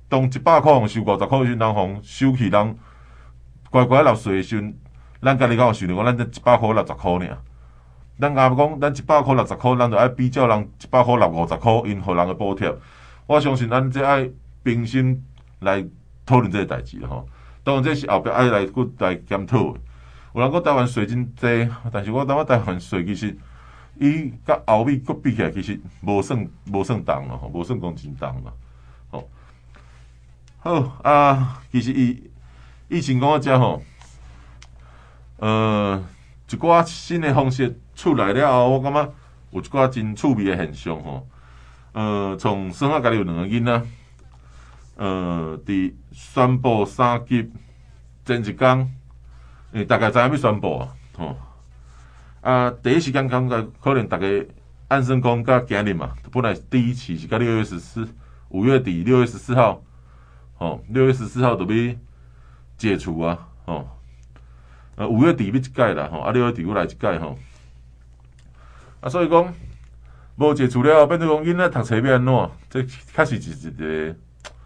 当一百箍互收五十箍的时阵，人互收起，人乖乖纳税的时阵，咱家己敢有想着讲，咱这一百箍六十箍尔。咱若讲咱一百箍六十箍，咱就爱比较人一百箍纳五十箍，因互人的补贴。我相信咱这爱平心来讨论这个代志吼。当然这是后壁爱来佫来检讨的。有人讲台湾税真济，但是我感觉台湾税其实伊甲欧美佫比起来，其实无算无算重咯，吼，无算讲真重啦。吼，好啊，其实伊疫情讲到遮吼，呃，一寡新的方式出来了后，我感觉有一寡真趣味的现象吼。呃，从算啊，家己有两个囡仔，呃，伫宣布三级前一天，诶，大概知影要宣布啊，吼。啊，第一时间感觉可能大家按算讲甲今日嘛，本来第一期是甲六月十四，五月底六月十四号，吼，六月十四号就要解除啊，吼。呃，五月底要一届啦，吼，啊，六月底又来一届吼。啊，所以讲无解除了，变做讲囡仔读册要安怎？这确实是一个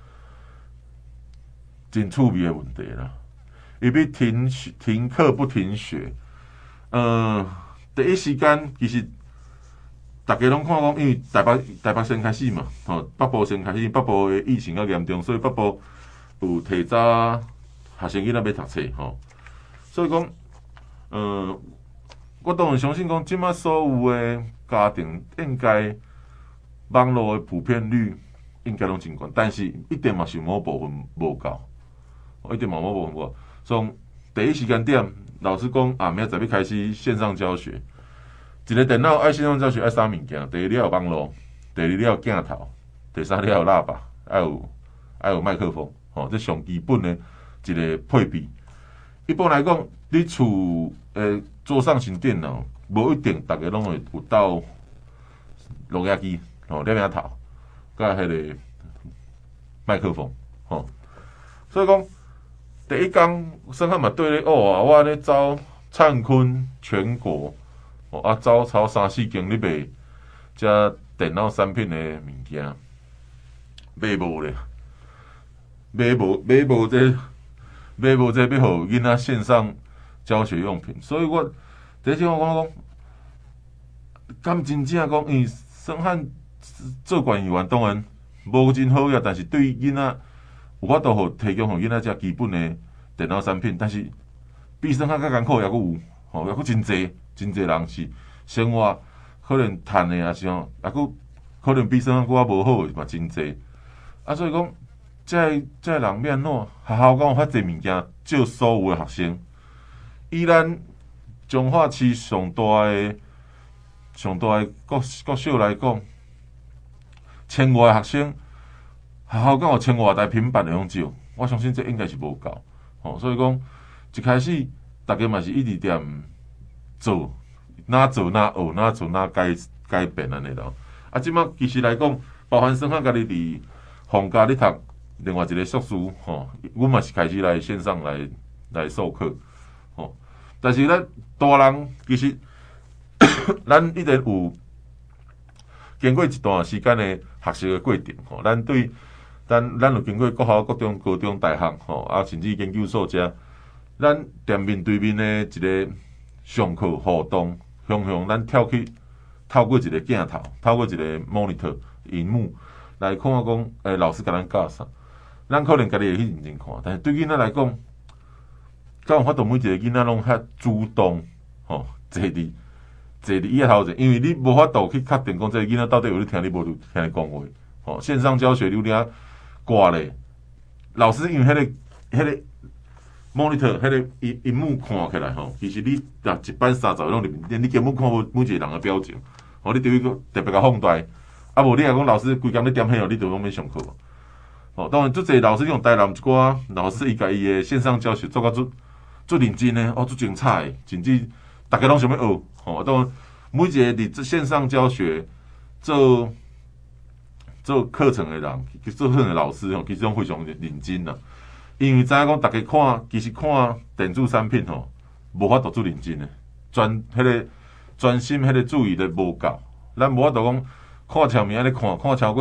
真趣味的问题啦。伊要停停课不停学，呃。第一时间其实大家拢看讲，因为台北台北先开始嘛，吼，北部先开始，北部的疫情较严重，所以北部有提早学生囡仔要读册，吼，所以讲，呃，我当然相信讲，即马所有的家庭应该网络的普遍率应该拢真悬，但是一定嘛是有某部分无够，一定嘛某部分无够，从第一时间点。老师讲啊，明仔载要开始线上教学。一个电脑爱线上教学爱三物件：第一，你要有网络；第二，你要有镜头；第三，你要有喇叭，爱有爱有麦克风。吼、哦，这上基本的一个配备。一般来讲，你厝诶桌上型电脑，无一定大家拢会有到录音机、吼摄影头，甲迄个麦克风。吼、哦，所以讲。第一天，生汉嘛对咧，哦，我咧走灿坤全国，哦啊走超三四间咧卖遮电脑产品的物件，买无咧，买无买无这买无这要互囡仔线上教学用品，所以我第一次我讲讲，敢真正讲，因为生汉做管理员当然无真好呀，但是对囡仔。有法度互提供互囡仔遮基本的电脑产品，但是比算较较艰苦，抑佫有，吼，抑佫真济，真济人是生活可能趁的啊，是吼，抑佫可能比算较佫较无好的嘛，真济。啊，所以讲，这这人要安怎？学校讲有遐济物件，照所有的学生，以咱彰化市上大的、上大的国国小来讲，千外学生。学校敢有千外台平板的用照，我相信这应该是无够，吼、哦，所以讲一开始大家嘛是一直点做，哪做哪学，哪做哪改改变安尼咯。啊，即马其实来讲，包含算下家己伫放假咧读另外一个硕士，吼、哦，阮嘛是开始来线上来来授课，吼、哦。但是咱大人其实咱一直有经过一段时间的学习的过程，吼、哦，咱对。咱咱有经过国校、国中、高中、大学，吼啊，甚至研究所遮，咱踮面对面的一个上课互动，向向咱跳去透过一个镜头，透过一个 monitor 荧幕来看讲，诶、欸，老师甲咱教啥，咱可能家己会去认真看，但是对囡仔来讲，敢有法度每一个囡仔拢较主动，吼，坐伫坐伫伊头前，因为你无法度去确定讲，这个囡仔到底有咧听你无听你讲话，吼，线上教学有领。挂咧，老师因为迄、那个、迄、那个 monitor、迄个荧荧幕看起来吼，其实你若一班三十个拢入面，你根本看无每一个人的表情，吼，你对伊个特别甲放大，啊无你若讲老师规工咧点迄哦，你就拢免上课。吼，当然，足侪老师用台南一寡老师伊家伊的线上教学做甲足足认真诶，哦，足精彩诶，甚至大家拢想要学。吼，当然每一个伫线上教学做。做课程的人，做课程的老师吼，其实拢非常认真啦。因为知影讲，大家看，其实看电子产品吼，无法度做认真的，专迄、那个专心，迄个注意力无够。咱无法度讲看前面安尼看，看超过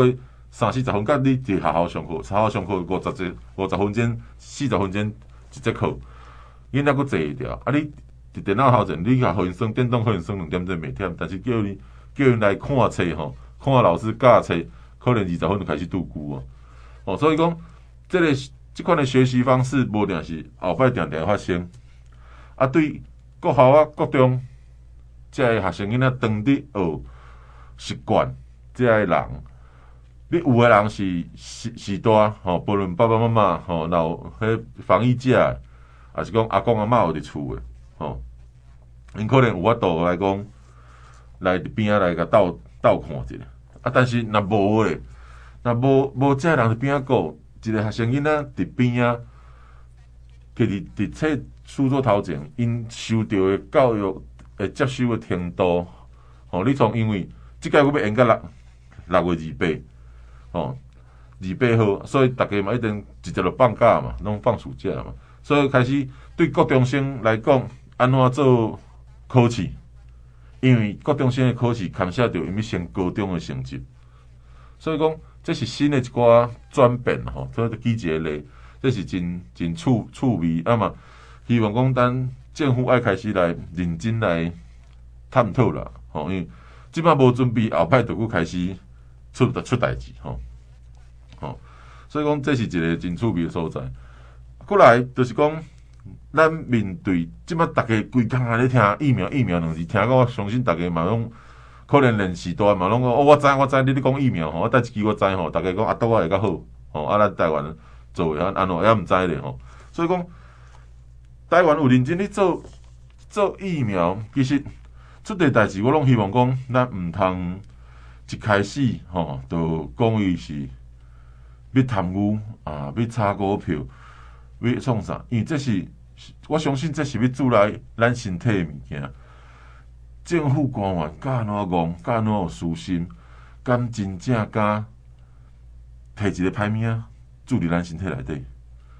三四十分，甲你伫学校上课，学校上课五十节五十分钟、四十分钟一节课，囡仔佫坐会着。啊，你伫电脑头前，你甲互因算电动，互因算两点钟袂忝，但是叫你叫因来看册吼，看老师教册，可能二十分就开始拄久啊。哦，所以讲，这个即款的学习方式，无定是后摆定定发生。啊，对国校啊、国中，即个学生囡仔当伫学习惯，即个人，你有诶人是时时代吼，无论爸爸妈妈吼，然后迄防疫假，也是讲阿公阿嬷有伫厝诶，吼，因可能有法度来讲，来伫边仔来甲斗斗看一下。啊，但是若无咧，若无无即个人伫边仔顾，一个学生囡仔伫边仔，其实伫册书桌头前，因受到诶教育诶接受诶程度，吼，你从因为即届我要演到六六月二八，吼，二八号，所以大家嘛一定直接就放假嘛，拢放暑假嘛，所以开始对国中生来讲，安怎做考试？因为国中生的考试牵涉到因要升高中的成绩，所以讲这是新的一寡转变吼，所以举一个例，这是真真趣趣味啊嘛。希望讲咱政府爱开始来认真来探讨啦，吼，因为即摆无准备，后摆就佫开始出出代志吼，吼，所以讲这是一个真趣味的所在。过来就是讲。咱面对即摆，大家规工啊咧听疫苗疫苗两字，听到我相信大家嘛拢可能连时代嘛拢讲，哦，我知我知，你咧讲疫苗吼，我带一支我知吼，大家讲啊，倒我会较好吼，啊，咱台湾做安安怎也毋知咧吼，所以讲台湾有认真咧做做疫苗，其实出个代志，我拢希望讲咱毋通一开始吼，就讲伊是要贪污啊，要炒股票。要创啥？因为这是我相信，这是要阻来咱身体的物件。政府官员敢安怎戆，敢安怎有私心，敢真正敢摕一个歹名注入咱身体内底。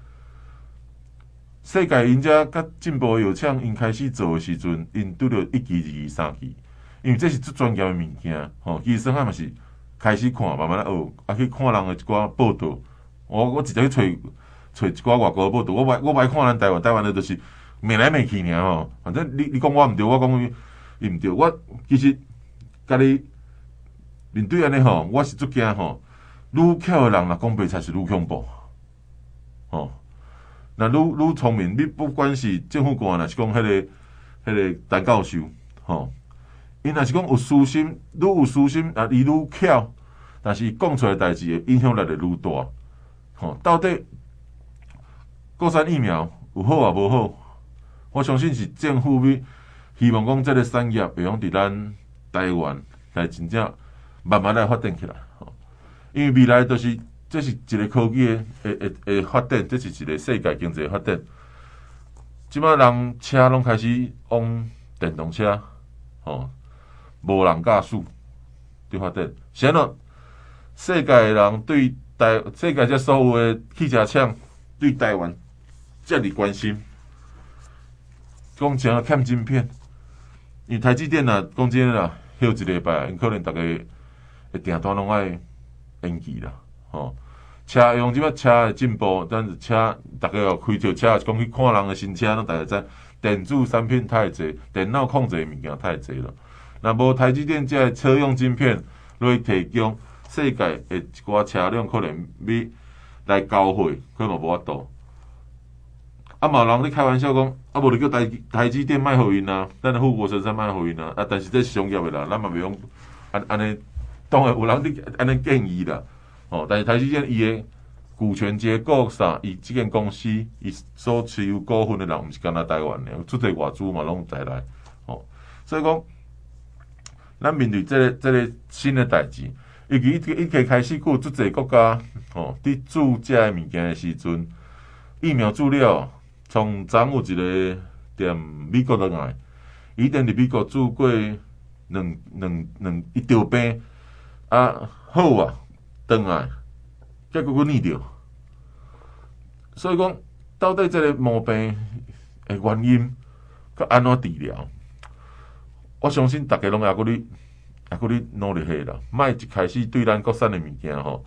世界因遮甲进步药厂因开始做的时阵，因拄着一期、二期、三期，因为这是最专业的物件。吼，其实算啊嘛是开始看，慢慢来学，啊去看人的一寡报道。我我直接去找。找一寡外国报道，我歹我歹看咱台湾，台湾的就是骂来骂去尔吼。反正你你讲我毋对，我讲伊毋对。我其实甲你面对安尼吼，我是足惊吼。愈巧的人若讲白才是愈恐怖，吼。那愈愈聪明，你不管是政府官，若是讲迄个迄个陈教授，吼，因若是讲有私心，愈有私心啊，伊愈巧，但是伊讲出来代志的影响力就愈大，吼。到底？国产疫苗有好也无好，我相信是政府要希望讲这个产业会用伫咱台湾来真正慢慢来发展起来。因为未来都是这是一个科技的诶诶诶发展，这是一个世界经济的发展。即摆人车拢开始往电动车，吼，无人驾驶伫发展。显然，世界的人对台世界这所有的汽车厂对台湾。遮尔关心，讲真欠晶片，因为台积电啊，讲真啦，休一礼拜，因可能大家会订单拢爱延期啦，吼。车用即摆车的进步，但是车大家要开着车，讲去看人的新车，咱大家知电子产品太济，电脑控制的物件太济了。若无台积电遮车用晶片来提供世界的一寡车辆，可能要来交货，可能无法度。啊，嘛有人咧开玩笑讲，啊，无就叫台台积电卖互因啊，咱的富国神山卖互因啊，啊，但是这是商业的啦，咱嘛袂用安安尼，当然有人咧安尼建议啦，哦，但是台积电伊的股权结构啥，伊即间公司伊所持有股份的人，毋是干那台湾的，出侪外资嘛拢在来，哦，所以讲，咱面对这个这个新的代志，尤其一一开始，有足侪国家，哦，伫注这物件的时阵，疫苗资料。从昨有一个踮美国落来，伊踮伫美国住过两两两一条病，啊好啊，转来，结果佫染着。所以讲，到底这个毛病的原因，佮安怎治疗？我相信大家拢也佫咧，也佫咧努力下啦。莫一开始对咱国产的物件吼，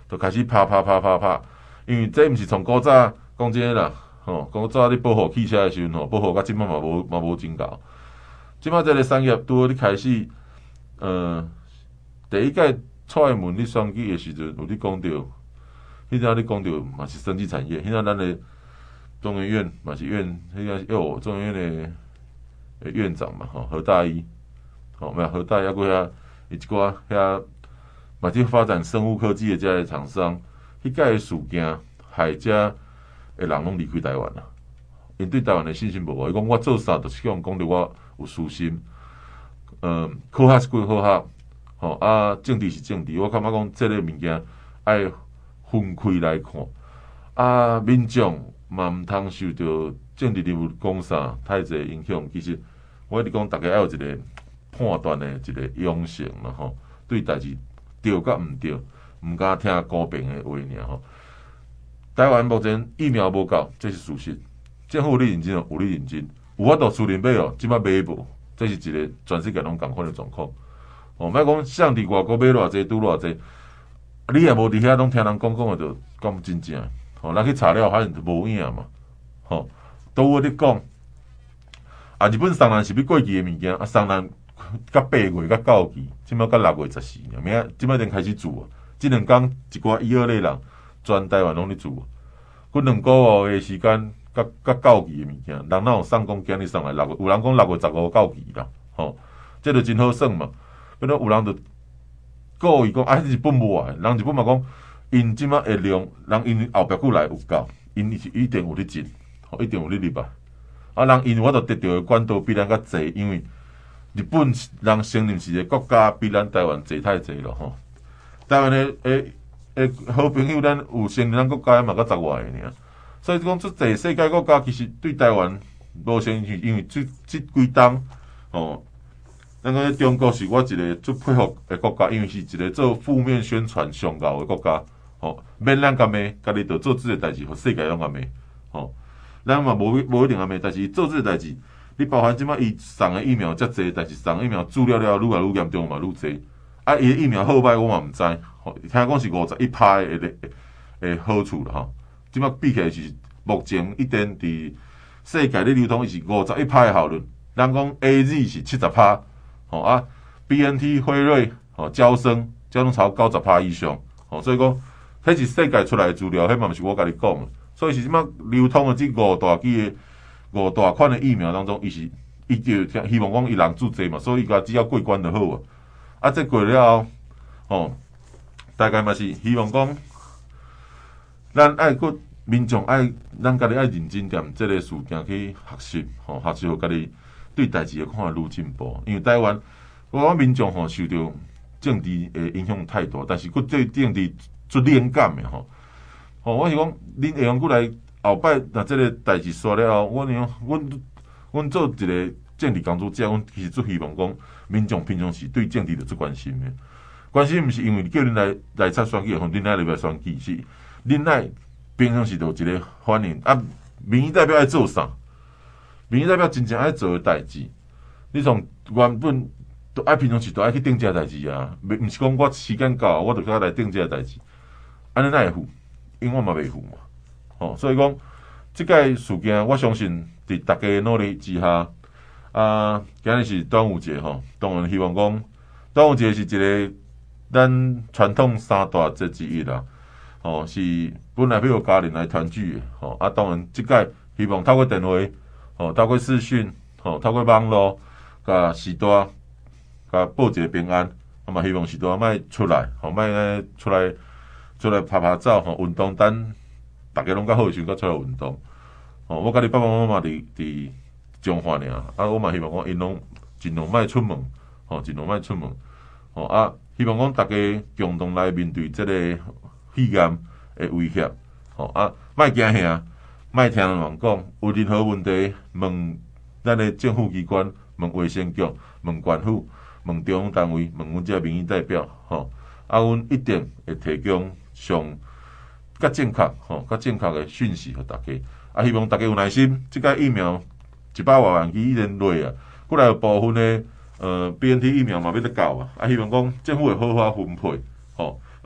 就开始拍拍拍拍拍，因为这毋是从古早讲真诶啦，吼，古早咧保护汽车诶时阵吼，保护甲即摆嘛无嘛无真够。即摆这个产业拄好咧开始，呃，第一届蔡英文咧选举诶时阵，有咧讲到，迄阵咧讲到嘛是生技产业，迄阵咱诶中研院嘛是院，迄个有中研院诶院长嘛，吼何大一，吼没有何大一，还佫遐伊一寡遐。嘛，即发展生物科技的遮个厂商，迄届的事件，害遮的人拢离开台湾啦。因对台湾的信心无，伊讲我做啥，就是向讲着我有私心。嗯，科学是归科学，吼啊，政治是政治。我感觉讲即个物件爱分开来看。啊，民众嘛毋通受到政治人物讲啥太侪影响。其实我一直讲，大家要有一个判断的一个勇性啦，吼，对代志。对甲毋对，毋敢听高频的话尔吼。台湾目前疫苗无够，这是事实。政府有咧认真哦，有咧认真，有法度私人买哦，即摆买无，这是一个全世界拢共款的状况。哦，莫讲上伫外国买偌济，拄偌济，你也无伫遐拢听人讲讲的，就讲真正。吼、哦，咱去查了，发现就无影嘛。吼、哦，都有咧讲，啊，日本送人是要过期的物件，啊，送人。到八月到九期，即摆到六月十四，明仔即摆才开始做啊！即两工一寡以后的人，全台湾拢咧做啊！佫两个月的时间，到到九期的物件，人哪有送讲今日送来六月？有人讲六月十五九期啦，吼，这就真好算嘛。变做有人就故意讲，啊，日本无来，人日本嘛讲，因即摆的量，人因后壁过来有够，因是一定有咧进，吼，一定有咧入啊！啊，人因我著得到的管道比咱较济，因为。日本人承认是一个国家，比咱台湾济太济咯吼。台湾的诶诶好朋友，咱有承认咱国家嘛，甲十外个尔。所以讲，即济世界国家其实对台湾无承认，因为即即几冬吼，咱讲中国是我一个最佩服的国家，因为是一个做负面宣传上高的国家。吼，免咱干咩，家己着做即个代志，互世界拢干咩。吼，咱嘛无无一定干咩，但是做即个代志。你包含即摆伊送的疫苗遮济，但是送疫苗注了了愈来愈严重嘛，愈济。啊，伊的疫苗好歹我嘛毋知，吼，听讲是五十一趴的的的好处啦吼。即摆比起来是目前一定伫世界咧流通是五十一趴的效率。咱讲 A Z 是七十趴，吼啊 ，B N T 辉瑞吼交生交拢超九十趴以上，吼，所以讲迄是世界出来的资料，迄嘛毋是我甲你讲的。所以是即摆流通的即五大支的。五大款的疫苗当中，伊是伊就希望讲伊人注济嘛，所以伊甲只要过关就好啊。啊，这过了后，吼，大概嘛是希望讲，咱爱个民众爱，咱家己爱认真点，这个事件去学习，吼，学习互家己对代志的看愈进步。因为台湾，我讲民众吼受到政治的影响太大，但是佫对政治最敏感的吼。吼，我是讲，恁会用过来。后摆若即个代志煞了后，阮讲，阮阮做一个政治工作者，阮其实最希望讲，民众平常时对政治就最关心的。关心毋是因为叫恁来来参选举，吼，恁来入来选举，是恁来平常时就有一个反应。啊，民意代表爱做啥？民意代表真正爱做的代志，你从原本都爱平常时都爱去定这代志啊，毋是讲我时间到，我就该来定这代志。安尼哪会负？因为我嘛袂负嘛。吼、哦，所以讲，即个事件，我相信伫大家努力之下，啊，今日是端午节吼，当然希望讲，端午节是一个咱传统三大节之一啦。吼、哦，是本来要家人来团聚的。吼、哦，啊，当然即个希望透过电话，吼、哦，透过视讯，吼、哦，透过网络，甲时代，甲报一个平安。啊嘛，希望时代莫出来，吼、哦，莫出来出来拍拍照，吼、哦，运动等。大家拢较好的时阵，才出来运动。哦，我甲你爸爸妈妈伫伫中华尔，啊，我嘛希望讲因拢尽量莫出门，吼、哦，尽量莫出门。哦啊，希望讲大家共同来面对即个肺炎的威胁。吼、哦、啊，莫惊吓，莫听人讲，有任何问题问咱的政府机关，问卫生局，问县府，问中央单位，问阮遮民意代表。吼、哦，啊，阮一定会提供上。较正确吼，较正确的讯息互大家。啊，希望大家有耐心。即个疫苗一百外万剂已经落啊，过来有部分的呃 B N T 疫苗嘛要得到啊。啊，希望讲政府会好好分配，吼、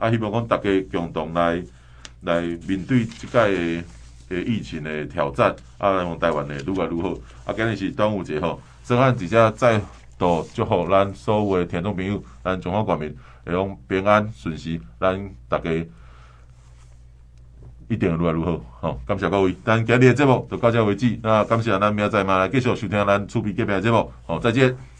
啊，希望讲大家共同来来面对即届诶诶疫情诶挑战，啊，让台湾诶愈来愈好。啊，今日是端午节吼，正汉伫遮再度祝福咱所有诶听众朋友，咱中华国民会用平安顺遂，咱大家一定愈来愈好。吼，感谢各位，咱今日诶节目就到这为止。那感谢咱明仔载嘛来继续收听咱厝边隔壁诶节目。好，再见。